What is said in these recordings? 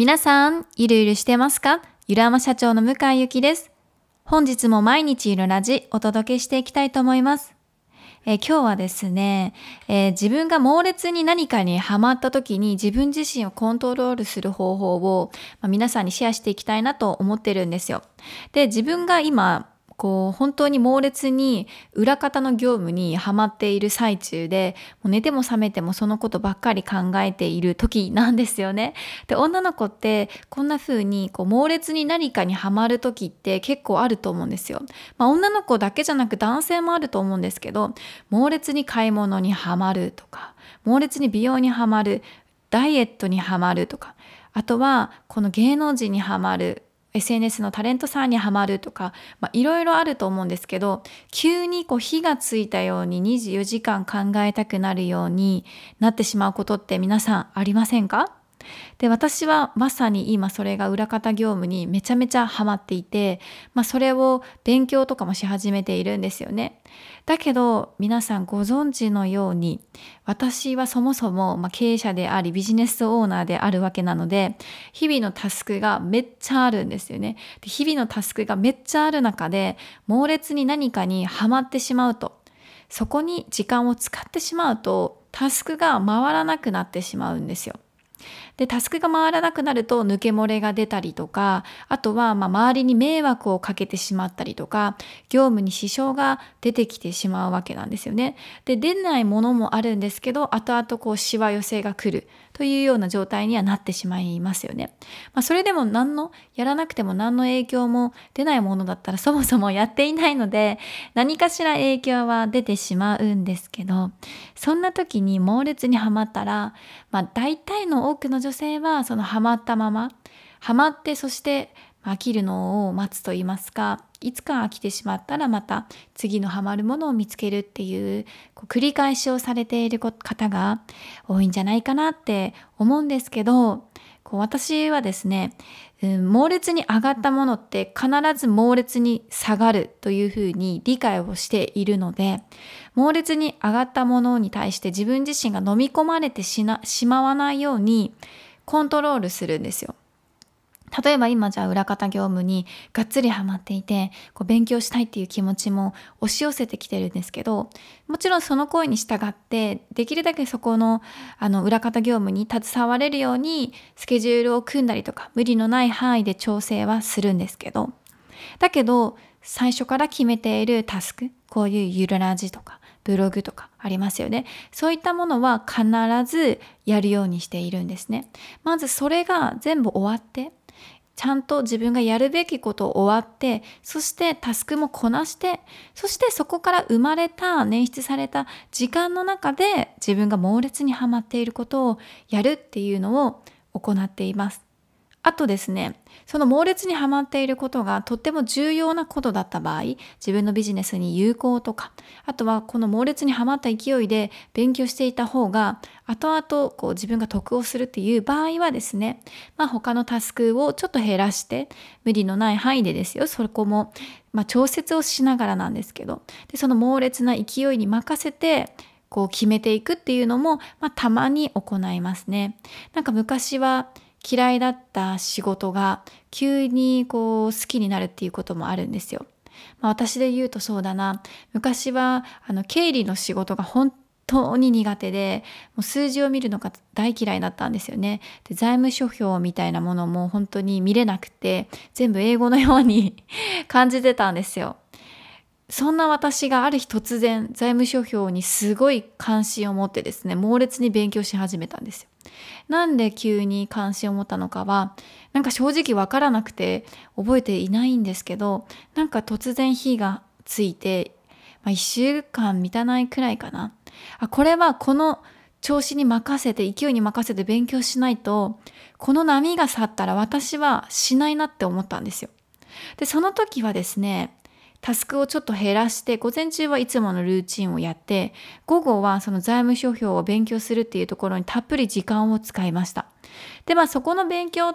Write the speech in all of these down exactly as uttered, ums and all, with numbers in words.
皆さん、ゆるゆるしてますか？ゆるあま社長の向井ゆきです。本日も毎日ゆるラジお届けしていきたいと思います。えー今日はですね、えー自分が猛烈に何かにハマった時に自分自身をコントロールする方法を、まあ皆さんにシェアしていきたいなと思ってるんですよ。で、自分が今、こう本当に猛烈に裏方の業務にハマっている最中で、もう寝ても覚めてもそのことばっかり考えている時なんですよね。で、女の子ってこんな風にこう猛烈に何かにハマる時って結構あると思うんですよ。まあ、女の子だけじゃなく男性もあると思うんですけど、猛烈に買い物にハマるとか、猛烈に美容にハマる、ダイエットにハマるとか、あとはこの芸能人にハマる、エスエヌエス のタレントさんにハマるとか、まあ、いろいろあると思うんですけど、急にこう火がついたようににじゅうよじかん考えたくなるようになってしまうことって皆さんありませんか？で、私はまさに今それが裏方業務にめちゃめちゃハマっていて、まあそれを勉強とかもし始めているんですよね。だけど皆さんご存知のように、私はそもそもまあ経営者でありビジネスオーナーであるわけなので、日々のタスクがめっちゃあるんですよね。で、日々のタスクがめっちゃある中で、猛烈に何かにハマってしまうと、そこに時間を使ってしまうと、タスクが回らなくなってしまうんですよ。で、タスクが回らなくなると抜け漏れが出たりとか、あとはまあ周りに迷惑をかけてしまったりとか、業務に支障が出てきてしまうわけなんですよね。で、出ないものもあるんですけど、後々こうしわ寄せが来るというような状態にはなってしまいますよね。まあ、それでも何の、やらなくても何の影響も出ないものだったらそもそもやっていないので、何かしら影響は出てしまうんですけど、そんな時に猛烈にハマったら、まあ大体の多くの女性はそのハマったまま、ハマってそして飽きるのを待つと言いますか、いつか飽きてしまったらまた次のハマるものを見つけるっていうこう繰り返しをされている方が多いんじゃないかなって思うんですけど、こう私はですね、うん、猛烈に上がったものって必ず猛烈に下がるというふうに理解をしているので、猛烈に上がったものに対して自分自身が飲み込まれてしな、しまわないようにコントロールするんですよ。例えば今じゃあ裏方業務にがっつりハマっていて、こう勉強したいっていう気持ちも押し寄せてきてるんですけど、もちろんその声に従ってできるだけそこのあの裏方業務に携われるようにスケジュールを組んだりとか、無理のない範囲で調整はするんですけど、だけど最初から決めているタスク、こういうゆるラジとかブログとかありますよね。そういったものは必ずやるようにしているんですね。まずそれが全部終わって、ちゃんと自分がやるべきことを終わって、そしてタスクもこなして、そしてそこから生まれた、捻出された時間の中で自分が猛烈にハマっていることをやるっていうのを行っています。あとですね、その猛烈にハマっていることがとっても重要なことだった場合、自分のビジネスに有効とか、あとはこの猛烈にハマった勢いで勉強していた方が、後々こう自分が得をするっていう場合はですね、まあ他のタスクをちょっと減らして、無理のない範囲でですよ、そこも、まあ、調節をしながらなんですけど、でその猛烈な勢いに任せて、こう決めていくっていうのも、まあ、たまに行いますね。なんか昔は、嫌いだった仕事が急にこう好きになるっていうこともあるんですよ。まあ、私で言うとそうだな。昔はあの経理の仕事が本当に苦手で、もう数字を見るのが大嫌いだったんですよね。で、財務諸表みたいなものも本当に見れなくて、全部英語のように感じてたんですよ。そんな私がある日突然財務諸表にすごい関心を持ってですね、猛烈に勉強し始めたんですよ。なんで急に関心を持ったのかは、なんか正直わからなくて覚えていないんですけど、なんか突然火がついて、まあ、いっしゅうかん満たないくらいかな。あ、これはこの調子に任せて、勢いに任せて勉強しないと、この波が去ったら私はしないなって思ったんですよ。で、その時はですね、タスクをちょっと減らして、午前中はいつものルーチンをやって、午後はその財務諸表を勉強するっていうところにたっぷり時間を使いました。で、まあそこの勉強って、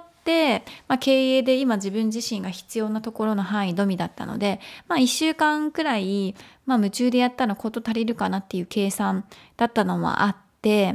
まあ、経営で今自分自身が必要なところの範囲のみだったので、まあいっしゅうかんくらい、まあ夢中でやったらこと足りるかなっていう計算だったのもあって、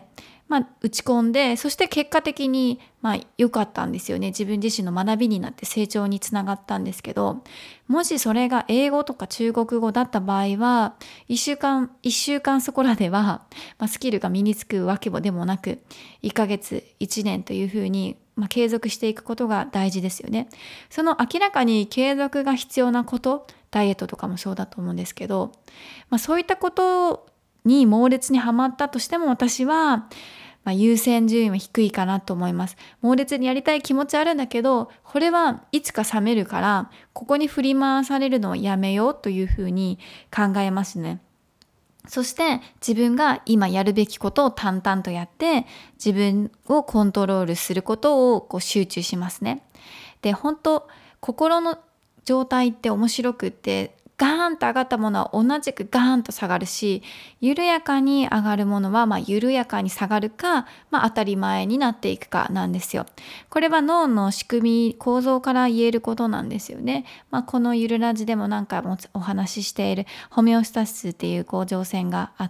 まあ、打ち込んで、そして結果的に、まあ、良かったんですよね。自分自身の学びになって成長につながったんですけど、もしそれが英語とか中国語だった場合は、一週間、一週間そこらでは、まあ、スキルが身につくわけでもなく、いっかげつ、いちねんというふうに、まあ、継続していくことが大事ですよね。その明らかに継続が必要なこと、ダイエットとかもそうだと思うんですけど、まあ、そういったことに猛烈にハマったとしても、私は、まあ、優先順位は低いかなと思います。猛烈にやりたい気持ちあるんだけど、これはいつか冷めるから、ここに振り回されるのをやめようというふうに考えますね。そして自分が今やるべきことを淡々とやって、自分をコントロールすることをこう集中しますね。で、本当心の状態って面白くって、ガーンと上がったものは同じくガーンと下がるし、緩やかに上がるものはまあ緩やかに下がるか、まあ、当たり前になっていくかなんですよ。これは脳の仕組み構造から言えることなんですよね。まあ、このゆるラジでも何回もお話ししているホメオスタシスっていう甲状腺があって、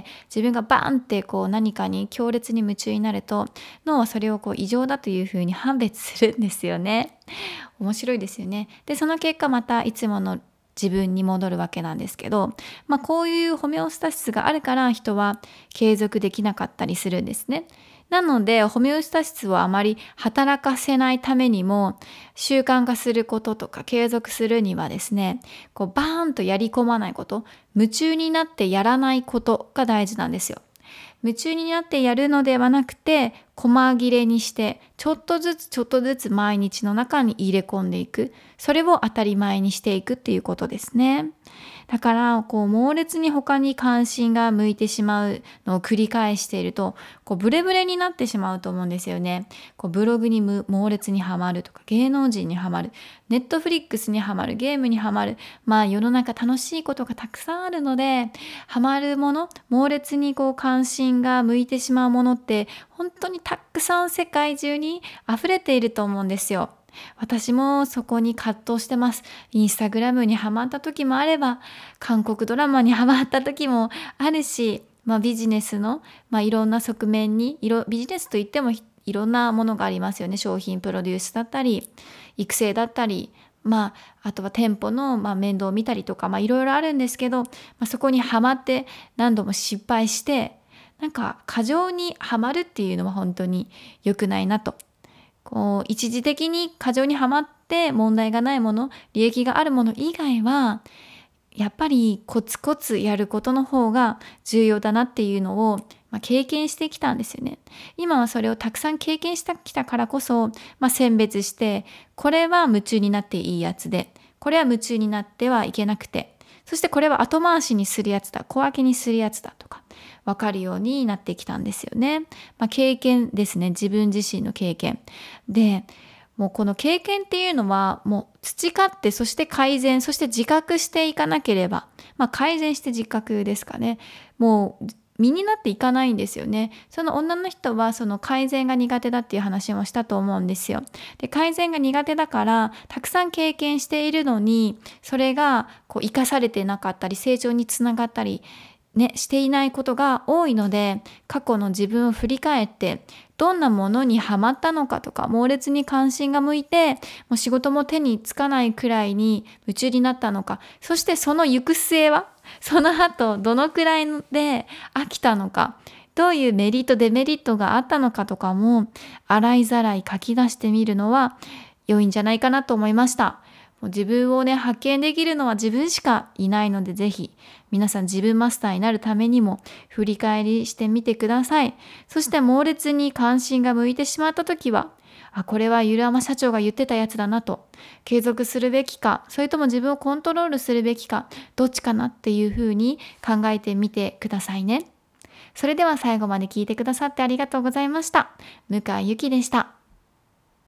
自分がバーンってこう何かに強烈に夢中になると、脳はそれをこう異常だというふうに判別するんですよね。面白いですよね。で、その結果またいつもの自分に戻るわけなんですけど、まあこういうホメオスタシスがあるから人は継続できなかったりするんですね。なのでホメオスタシスをあまり働かせないためにも、習慣化することとか継続するにはですね、こうバーンとやり込まないこと、夢中になってやらないことが大事なんですよ。夢中になってやるのではなくて、細切れにしてちょっとずつちょっとずつ毎日の中に入れ込んでいく、それを当たり前にしていくっていうことですね。だからこう猛烈に他に関心が向いてしまうのを繰り返していると、こうブレブレになってしまうと思うんですよね。こうブログに猛烈にはまるとか、芸能人にはまる、ネットフリックスにはまる、ゲームにはまる、まあ世の中楽しいことがたくさんあるので、はまるもの、猛烈にこう関心が向いてしまうものって本当にたくさん世界中に溢れていると思うんですよ。私もそこに葛藤してます。インスタグラムにハマった時もあれば、韓国ドラマにハマった時もあるし、まあ、ビジネスの、まあ、いろんな側面にいろビジネスといってもいろんなものがありますよね。商品プロデュースだったり育成だったり、まあ、あとは店舗の、まあ、面倒を見たりとか、まあ、いろいろあるんですけど、まあ、そこにはまって何度も失敗して、なんか過剰にはまるっていうのは本当に良くないなと。こう一時的に過剰にはまって問題がないもの、利益があるもの以外はやっぱりコツコツやることの方が重要だなっていうのを、まあ、経験してきたんですよね。今はそれをたくさん経験してきたからこそ、まあ、選別して、これは夢中になっていいやつで、これは夢中になってはいけなくて、そしてこれは後回しにするやつだ、小分けにするやつだとか分かるようになってきたんですよね。まあ、経験ですね。自分自身の経験で、もうこの経験っていうのはもう培って、そして改善、そして自覚していかなければ、まあ、改善して自覚ですかね。もう身になっていかないんですよね。その女の人はその改善が苦手だっていう話もしたと思うんですよ。で、改善が苦手だからたくさん経験しているのに、それがこう生かされてなかったり成長につながったりね、していないことが多いので、過去の自分を振り返ってどんなものにハマったのかとか、猛烈に関心が向いてもう仕事も手につかないくらいに夢中になったのか、そしてその行く末はその後どのくらいで飽きたのか、どういうメリットデメリットがあったのかとかも洗いざらい書き出してみるのは良いんじゃないかなと思いました。もう自分をね発見できるのは自分しかいないので、ぜひ皆さん自分マスターになるためにも振り返りしてみてください。そして猛烈に関心が向いてしまった時は、あ、これはゆるあま社長が言ってたやつだなと、継続するべきか、それとも自分をコントロールするべきか、どっちかなっていうふうに考えてみてくださいね。それでは最後まで聞いてくださってありがとうございました。向井ゆきでした。